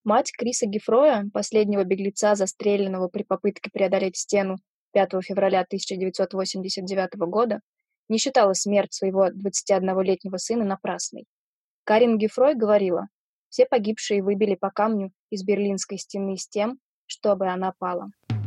Мать Криса Гефроя, последнего беглеца, застреленного при попытке преодолеть стену 5 февраля 1989 года, не считала смерть своего 21-летнего сына напрасной. Карин Гефрой говорила: «Все погибшие выбили по камню из Берлинской стены с тем, чтобы она пала».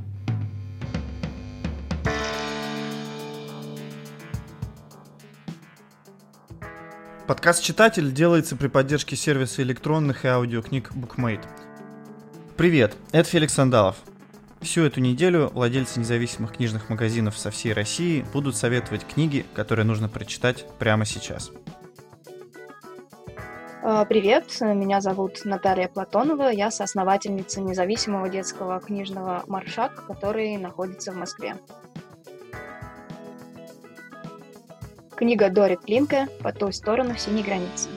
Подкаст «Читатель» делается при поддержке сервиса электронных и аудиокниг BookMate. Привет, это Феликс Сандалов. Всю эту неделю владельцы независимых книжных магазинов со всей России будут советовать книги, которые нужно прочитать прямо сейчас. Привет, меня зовут Наталья Платонова, я соосновательница независимого детского книжного «Маршак», который находится в Москве. Книга Дорит Линке «По ту сторону синей границы».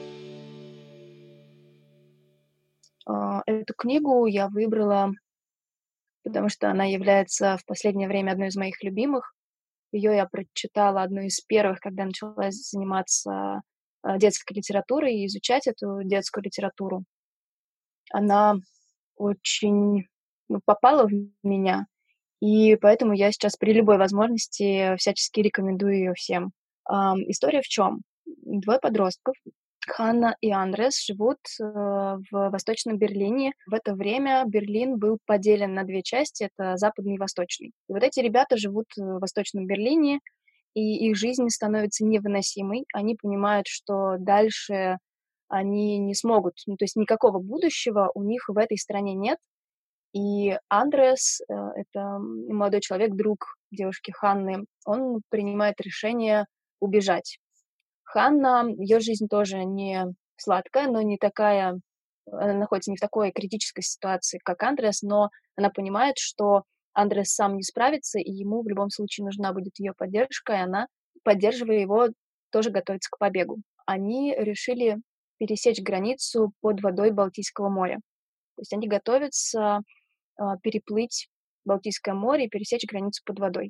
Эту книгу я выбрала, потому что она является в последнее время одной из моих любимых. Ее я прочитала одной из первых, когда начала заниматься детской литературой и изучать эту детскую литературу. Она очень попала в меня, и поэтому я сейчас при любой возможности всячески рекомендую ее всем. История в чем? Двое подростков, Ханна и Андрес, живут в Восточном Берлине. В это время Берлин был поделен на две части, это западный и восточный. И вот эти ребята живут в Восточном Берлине, и их жизнь становится невыносимой. Они понимают, что дальше они не смогут, то есть никакого будущего у них в этой стране нет. И Андрес, это молодой человек, друг девушки Ханны, он принимает решение убежать. Ханна, ее жизнь тоже не сладкая, но не такая, она находится не в такой критической ситуации, как Андрес, но она понимает, что Андрес сам не справится, и ему в любом случае нужна будет ее поддержка, и она, поддерживая его, тоже готовится к побегу. Они решили пересечь границу под водой Балтийского моря. То есть они готовятся переплыть Балтийское море и пересечь границу под водой.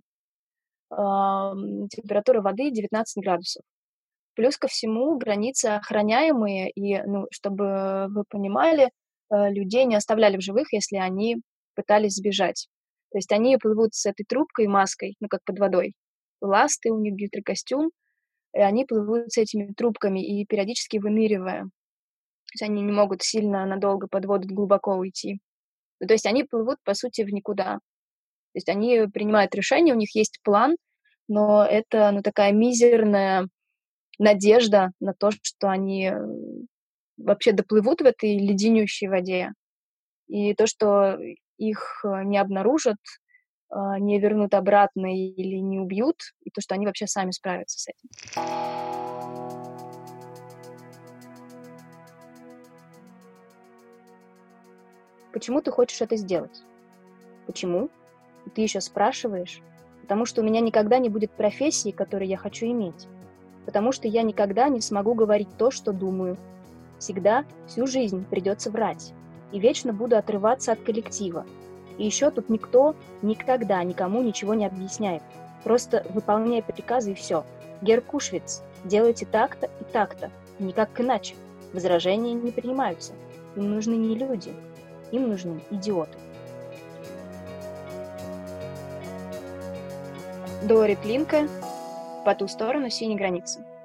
Температура воды 19 градусов. Плюс ко всему границы охраняемые, и, чтобы вы понимали, людей не оставляли в живых, если они пытались сбежать. То есть они плывут с этой трубкой и маской, как под водой. Ласты, у них гидрокостюм, и они плывут с этими трубками и периодически выныривая. То есть они не могут сильно надолго под воду глубоко уйти. То есть они плывут, по сути, в никуда. То есть они принимают решение, у них есть план, но это, такая мизерная надежда на то, что они вообще доплывут в этой леденющей воде. И то, что их не обнаружат, не вернут обратно или не убьют, и то, что они вообще сами справятся с этим. Почему ты хочешь это сделать? Почему? Ты еще спрашиваешь? Потому что у меня никогда не будет профессии, которую я хочу иметь. Потому что я никогда не смогу говорить то, что думаю. Всегда, всю жизнь придется врать. И вечно буду отрываться от коллектива. И еще тут никто никогда никому ничего не объясняет. Просто выполняй приказы и все. Герр Кушвиц, делайте так-то и так-то. Никак иначе. Возражения не принимаются. Им нужны не люди. Им нужны идиоты. Дорит Линке «По ту сторону синей границы».